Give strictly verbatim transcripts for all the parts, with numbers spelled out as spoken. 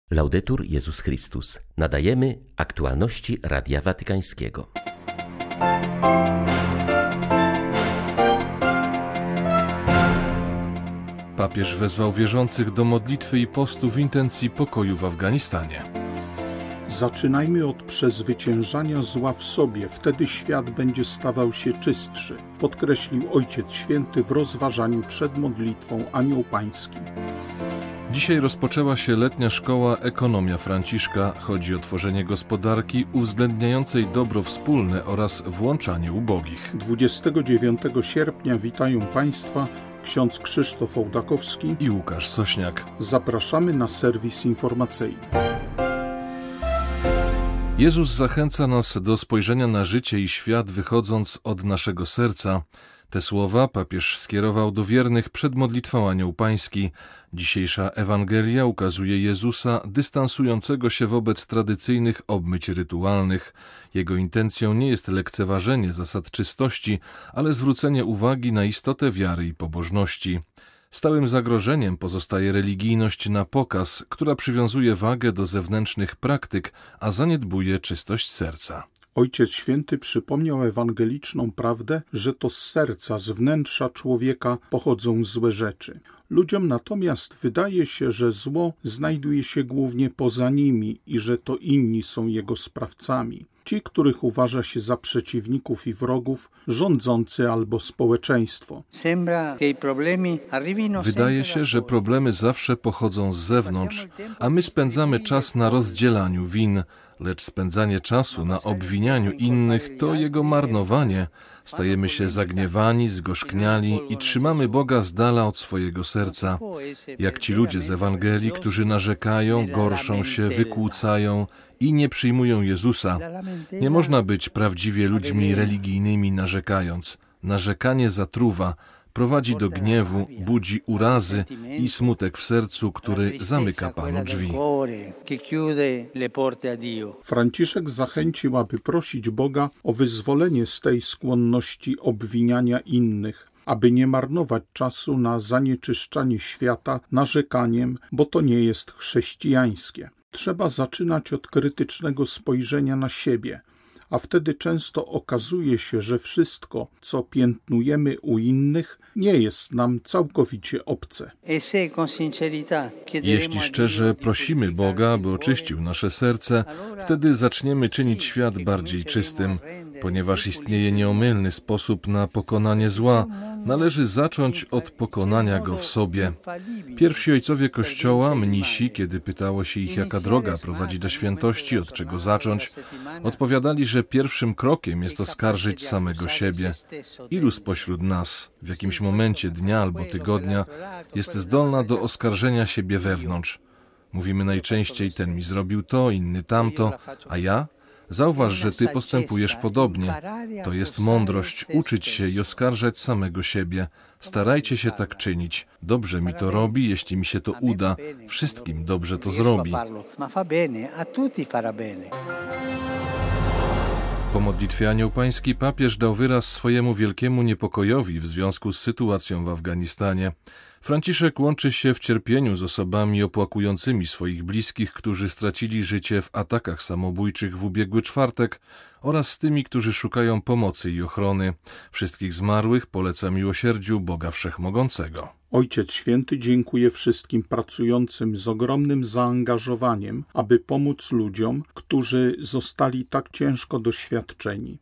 Laudetur Jezus Chrystus. Nadajemy aktualności Radia Watykańskiego. Papież wezwał wierzących do modlitwy i postu w intencji pokoju w Afganistanie. Zaczynajmy od przezwyciężania zła w sobie, wtedy świat będzie stawał się czystszy, podkreślił Ojciec Święty w rozważaniu przed modlitwą Anioł Pański. Dzisiaj rozpoczęła się letnia szkoła Ekonomia Franciszka. Chodzi o tworzenie gospodarki uwzględniającej dobro wspólne oraz włączanie ubogich. dwudziestego dziewiątego sierpnia witają Państwa ksiądz Krzysztof Ołdakowski i Łukasz Sośniak. Zapraszamy na serwis informacyjny. Jezus zachęca nas do spojrzenia na życie i świat wychodząc od naszego serca. Te słowa papież skierował do wiernych przed modlitwą Anioł Pański. Dzisiejsza Ewangelia ukazuje Jezusa dystansującego się wobec tradycyjnych obmyć rytualnych. Jego intencją nie jest lekceważenie zasad czystości, ale zwrócenie uwagi na istotę wiary i pobożności. Stałym zagrożeniem pozostaje religijność na pokaz, która przywiązuje wagę do zewnętrznych praktyk, a zaniedbuje czystość serca. Ojciec Święty przypomniał ewangeliczną prawdę, że to z serca, z wnętrza człowieka pochodzą złe rzeczy. Ludziom natomiast wydaje się, że zło znajduje się głównie poza nimi i że to inni są jego sprawcami. Ci, których uważa się za przeciwników i wrogów, rządzący albo społeczeństwo. Wydaje się, że problemy zawsze pochodzą z zewnątrz, a my spędzamy czas na rozdzielaniu win, lecz spędzanie czasu na obwinianiu innych to jego marnowanie. Stajemy się zagniewani, zgorzkniali i trzymamy Boga z dala od swojego serca. Jak ci ludzie z Ewangelii, którzy narzekają, gorszą się, wykłócają i nie przyjmują Jezusa. Nie można być prawdziwie ludźmi religijnymi narzekając. Narzekanie zatruwa, prowadzi do gniewu, budzi urazy i smutek w sercu, który zamyka Panu drzwi. Franciszek zachęcił, aby prosić Boga o wyzwolenie z tej skłonności obwiniania innych, aby nie marnować czasu na zanieczyszczanie świata narzekaniem, bo to nie jest chrześcijańskie. Trzeba zaczynać od krytycznego spojrzenia na siebie, a wtedy często okazuje się, że wszystko, co piętnujemy u innych, nie jest nam całkowicie obce. Jeśli szczerze prosimy Boga, aby oczyścił nasze serce, wtedy zaczniemy czynić świat bardziej czystym. Ponieważ istnieje nieomylny sposób na pokonanie zła, należy zacząć od pokonania go w sobie. Pierwsi ojcowie Kościoła, mnisi, kiedy pytało się ich, jaka droga prowadzi do świętości, od czego zacząć, odpowiadali, że pierwszym krokiem jest oskarżyć samego siebie. Ilu spośród nas w jakimś momencie dnia albo tygodnia jest zdolna do oskarżenia siebie wewnątrz? Mówimy najczęściej, ten mi zrobił to, inny tamto, a ja? Zauważ, że ty postępujesz podobnie. To jest mądrość, uczyć się i oskarżać samego siebie. Starajcie się tak czynić. Dobrze mi to robi, jeśli mi się to uda. Wszystkim dobrze to zrobi. Po modlitwie Anioł Pański papież dał wyraz swojemu wielkiemu niepokojowi w związku z sytuacją w Afganistanie. Franciszek łączy się w cierpieniu z osobami opłakującymi swoich bliskich, którzy stracili życie w atakach samobójczych w ubiegły czwartek, oraz z tymi, którzy szukają pomocy i ochrony. Wszystkich zmarłych poleca miłosierdziu Boga Wszechmogącego. Ojciec Święty dziękuje wszystkim pracującym z ogromnym zaangażowaniem, aby pomóc ludziom, którzy zostali tak ciężko doświadczeni.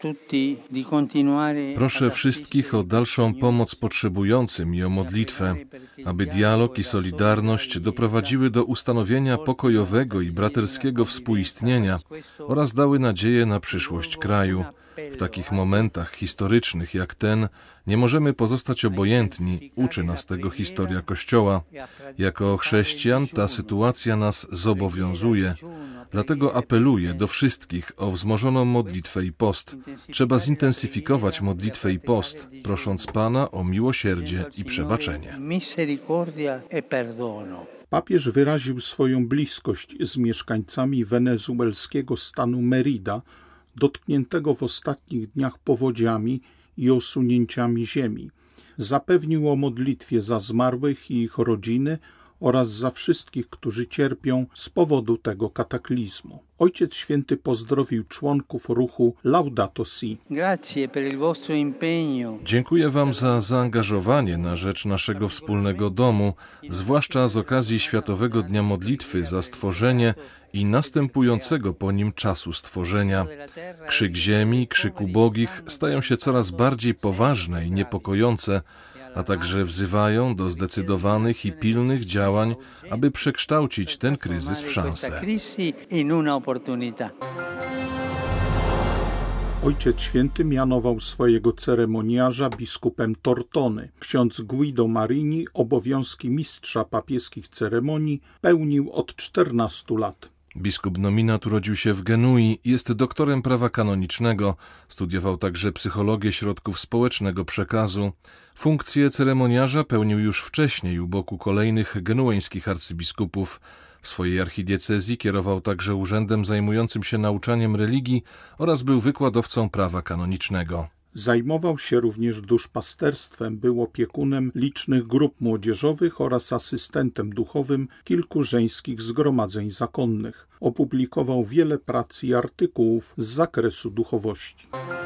Proszę wszystkich o dalszą pomoc potrzebującym i o modlitwę, aby dialog i solidarność doprowadziły do ustanowienia pokojowego i braterskiego współistnienia oraz dały nadzieję na przyszłość kraju. W takich momentach historycznych jak ten nie możemy pozostać obojętni, uczy nas tego historia Kościoła. Jako chrześcijan ta sytuacja nas zobowiązuje. Dlatego apeluję do wszystkich o wzmożoną modlitwę i post. Trzeba zintensyfikować modlitwę i post, prosząc Pana o miłosierdzie i przebaczenie. Papież wyraził swoją bliskość z mieszkańcami wenezuelskiego stanu Merida, dotkniętego w ostatnich dniach powodziami i osunięciami ziemi. Zapewnił o modlitwie za zmarłych i ich rodziny oraz za wszystkich, którzy cierpią z powodu tego kataklizmu. Ojciec Święty pozdrowił członków ruchu Laudato Si. Dziękuję Wam za zaangażowanie na rzecz naszego wspólnego domu, zwłaszcza z okazji Światowego Dnia Modlitwy za stworzenie i następującego po nim czasu stworzenia. Krzyk ziemi, krzyk ubogich stają się coraz bardziej poważne i niepokojące, a także wzywają do zdecydowanych i pilnych działań, aby przekształcić ten kryzys w szansę. Ojciec Święty mianował swojego ceremoniarza biskupem Tortony. Ksiądz Guido Marini obowiązki mistrza papieskich ceremonii pełnił od czternastu lat. Biskup nominat urodził się w Genui, jest doktorem prawa kanonicznego, studiował także psychologię środków społecznego przekazu. Funkcję ceremoniarza pełnił już wcześniej u boku kolejnych genueńskich arcybiskupów. W swojej archidiecezji kierował także urzędem zajmującym się nauczaniem religii oraz był wykładowcą prawa kanonicznego. Zajmował się również duszpasterstwem, był opiekunem licznych grup młodzieżowych oraz asystentem duchowym kilku żeńskich zgromadzeń zakonnych. Opublikował wiele prac i artykułów z zakresu duchowości.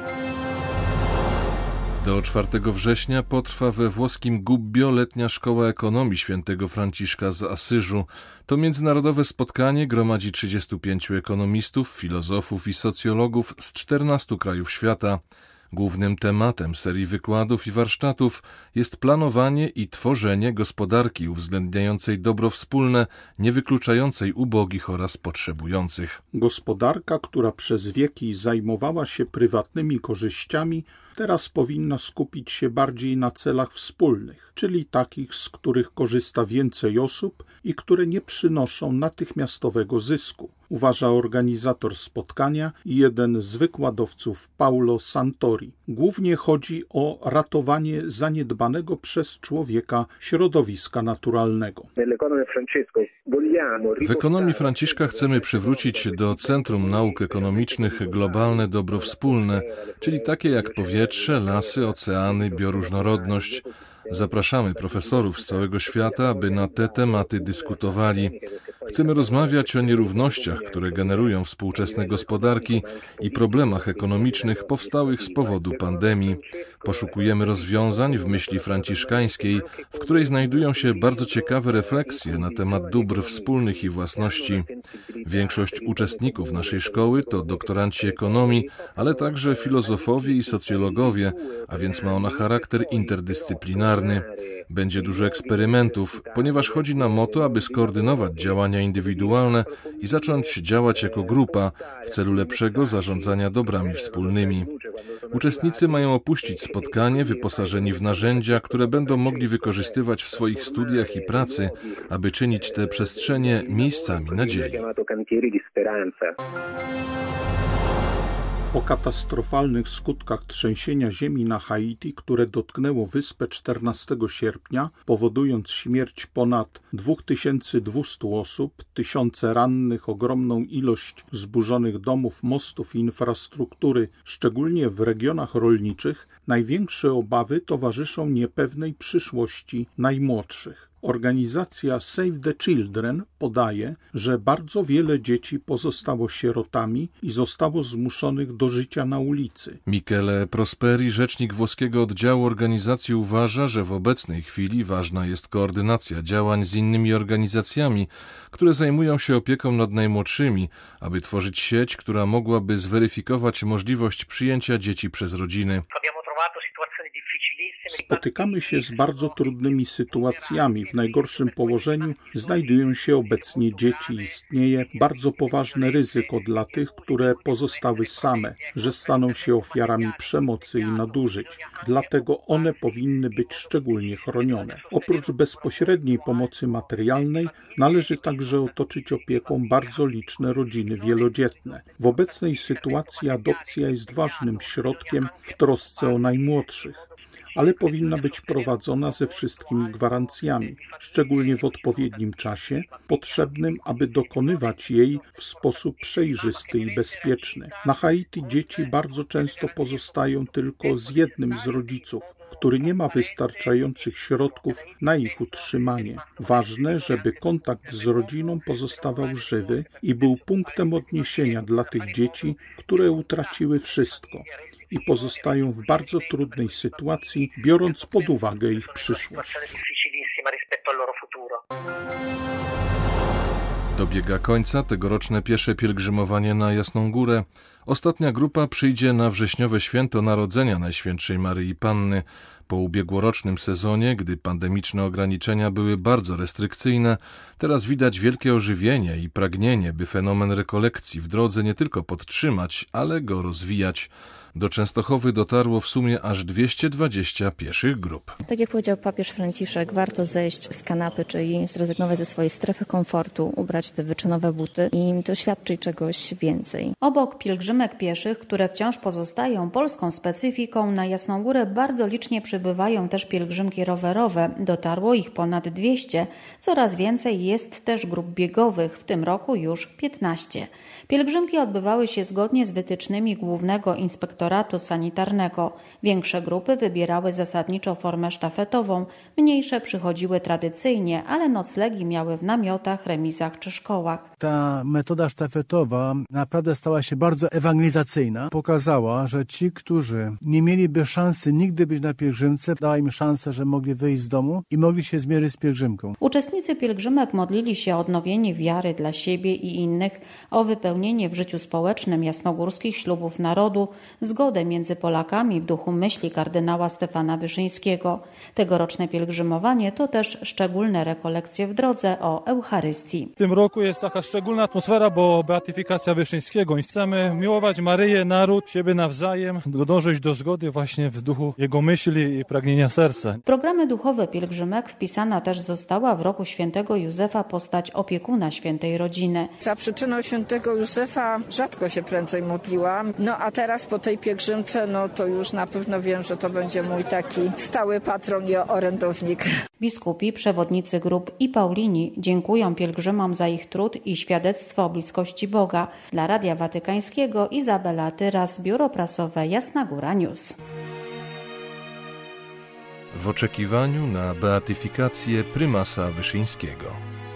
Do czwartego września potrwa we włoskim Gubbio letnia szkoła ekonomii świętego Franciszka z Asyżu. To międzynarodowe spotkanie gromadzi trzydziestu pięciu ekonomistów, filozofów i socjologów z czternastu krajów świata. Głównym tematem serii wykładów i warsztatów jest planowanie i tworzenie gospodarki uwzględniającej dobro wspólne, nie wykluczającej ubogich oraz potrzebujących. Gospodarka, która przez wieki zajmowała się prywatnymi korzyściami, teraz powinna skupić się bardziej na celach wspólnych, czyli takich, z których korzysta więcej osób i które nie przynoszą natychmiastowego zysku, uważa organizator spotkania i jeden z wykładowców Paulo Santori. Głównie chodzi o ratowanie zaniedbanego przez człowieka środowiska naturalnego. W ekonomii Franciszka chcemy przywrócić do centrum nauk ekonomicznych globalne dobro wspólne, czyli takie jak powietrze, lasy, oceany, bioróżnorodność. Zapraszamy profesorów z całego świata, aby na te tematy dyskutowali. Chcemy rozmawiać o nierównościach, które generują współczesne gospodarki i problemach ekonomicznych powstałych z powodu pandemii. Poszukujemy rozwiązań w myśli franciszkańskiej, w której znajdują się bardzo ciekawe refleksje na temat dóbr wspólnych i własności. Większość uczestników naszej szkoły to doktoranci ekonomii, ale także filozofowie i socjologowie, a więc ma ona charakter interdyscyplinarny. Będzie dużo eksperymentów, ponieważ chodzi nam o to, aby skoordynować działania indywidualne i zacząć działać jako grupa w celu lepszego zarządzania dobrami wspólnymi. Uczestnicy mają opuścić spotkanie wyposażeni w narzędzia, które będą mogli wykorzystywać w swoich studiach i pracy, aby czynić te przestrzenie miejscami nadziei. O katastrofalnych skutkach trzęsienia ziemi na Haiti, które dotknęło wyspę czternastego sierpnia, powodując śmierć ponad dwa tysiące dwieście osób, tysiące rannych, ogromną ilość zburzonych domów, mostów i infrastruktury, szczególnie w regionach rolniczych, największe obawy towarzyszą niepewnej przyszłości najmłodszych. Organizacja Save the Children podaje, że bardzo wiele dzieci pozostało sierotami i zostało zmuszonych do życia na ulicy. Michele Prosperi, rzecznik włoskiego oddziału organizacji, uważa, że w obecnej chwili ważna jest koordynacja działań z innymi organizacjami, które zajmują się opieką nad najmłodszymi, aby tworzyć sieć, która mogłaby zweryfikować możliwość przyjęcia dzieci przez rodziny. Spotykamy się z bardzo trudnymi sytuacjami. W najgorszym położeniu znajdują się obecnie dzieci. Istnieje bardzo poważne ryzyko dla tych, które pozostały same, że staną się ofiarami przemocy i nadużyć. Dlatego one powinny być szczególnie chronione. Oprócz bezpośredniej pomocy materialnej należy także otoczyć opieką bardzo liczne rodziny wielodzietne. W obecnej sytuacji adopcja jest ważnym środkiem w trosce o najmłodszych. ale powinna być prowadzona ze wszystkimi gwarancjami, szczególnie w odpowiednim czasie, potrzebnym, aby dokonywać jej w sposób przejrzysty i bezpieczny. Na Haiti dzieci bardzo często pozostają tylko z jednym z rodziców, który nie ma wystarczających środków na ich utrzymanie. Ważne, żeby kontakt z rodziną pozostawał żywy i był punktem odniesienia dla tych dzieci, które utraciły wszystko i pozostają w bardzo trudnej sytuacji, biorąc pod uwagę ich przyszłość. Dobiega końca tegoroczne piesze pielgrzymowanie na Jasną Górę. Ostatnia grupa przyjdzie na wrześniowe święto Narodzenia Najświętszej Maryi Panny. Po ubiegłorocznym sezonie, gdy pandemiczne ograniczenia były bardzo restrykcyjne, teraz widać wielkie ożywienie i pragnienie, by fenomen rekolekcji w drodze nie tylko podtrzymać, ale go rozwijać. Do Częstochowy dotarło w sumie aż dwieście dwadzieścia pieszych grup. Tak jak powiedział papież Franciszek, warto zejść z kanapy, czyli zrezygnować ze swojej strefy komfortu, ubrać te wyczynowe buty i doświadczyć czegoś więcej. Obok pielgrzymek pieszych, które wciąż pozostają polską specyfiką, na Jasną Górę bardzo licznie przybywają też pielgrzymki rowerowe. Dotarło ich ponad dwieście. Coraz więcej jest też grup biegowych, w tym roku już piętnaście. Pielgrzymki odbywały się zgodnie z wytycznymi Głównego Inspektoratu Sanitarnego. Większe grupy wybierały zasadniczo formę sztafetową, mniejsze przychodziły tradycyjnie, ale noclegi miały w namiotach, remizach czy szkołach. Ta metoda sztafetowa naprawdę stała się bardzo ewangelizacyjna. Pokazała, że ci, którzy nie mieliby szansy nigdy być na pielgrzymce, dała im szansę, że mogli wyjść z domu i mogli się zmierzyć z pielgrzymką. Uczestnicy pielgrzymek modlili się o odnowienie wiary dla siebie i innych, o wypełnienie w życiu społecznym jasnogórskich ślubów narodu, zgodę między Polakami w duchu myśli kardynała Stefana Wyszyńskiego. Tegoroczne pielgrzymowanie to też szczególne rekolekcje w drodze o Eucharystii. W tym roku jest taka szczególna atmosfera, bo beatyfikacja Wyszyńskiego i chcemy miłować Maryję, naród, siebie nawzajem, dążyć do zgody właśnie w duchu jego myśli i pragnienia serca. W programy duchowe pielgrzymek wpisana też została w roku świętego Józefa postać opiekuna świętej rodziny. Za przyczyną świętego Józefa rzadko się prędzej modliłam, no a teraz po tej pielgrzymce, no to już na pewno wiem, że to będzie mój taki stały patron i orędownik. Biskupi, przewodnicy grup i Paulini dziękują pielgrzymom za ich trud i świadectwo o bliskości Boga. Dla Radia Watykańskiego Izabela Tyras, Biuro Prasowe Jasna Góra News. W oczekiwaniu na beatyfikację prymasa Wyszyńskiego.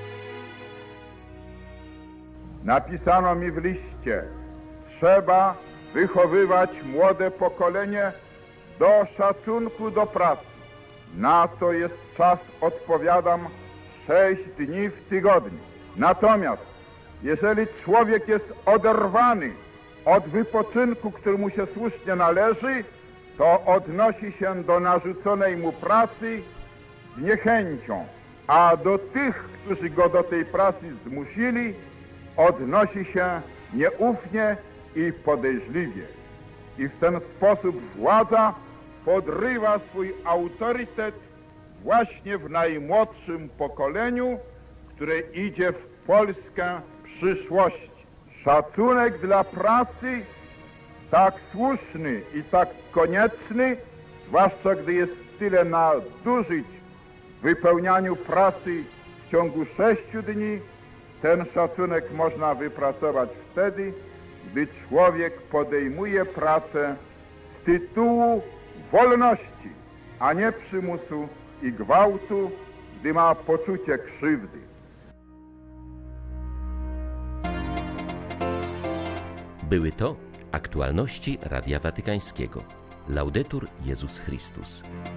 Napisano mi w liście: trzeba wychowywać młode pokolenie do szacunku do pracy. Na to jest czas, odpowiadam, sześć dni w tygodniu. Natomiast jeżeli człowiek jest oderwany od wypoczynku, który mu się słusznie należy, to odnosi się do narzuconej mu pracy z niechęcią, a do tych, którzy go do tej pracy zmusili, odnosi się nieufnie i podejrzliwie. I w ten sposób władza podrywa swój autorytet właśnie w najmłodszym pokoleniu, które idzie w Polskę przyszłości. Szacunek dla pracy tak słuszny i tak konieczny, zwłaszcza gdy jest tyle nadużyć w wypełnianiu pracy w ciągu sześciu dni, ten szacunek można wypracować wtedy, gdy człowiek podejmuje pracę z tytułu wolności, a nie przymusu i gwałtu, gdy ma poczucie krzywdy. Były to aktualności Radia Watykańskiego. Laudetur Jezus Chrystus.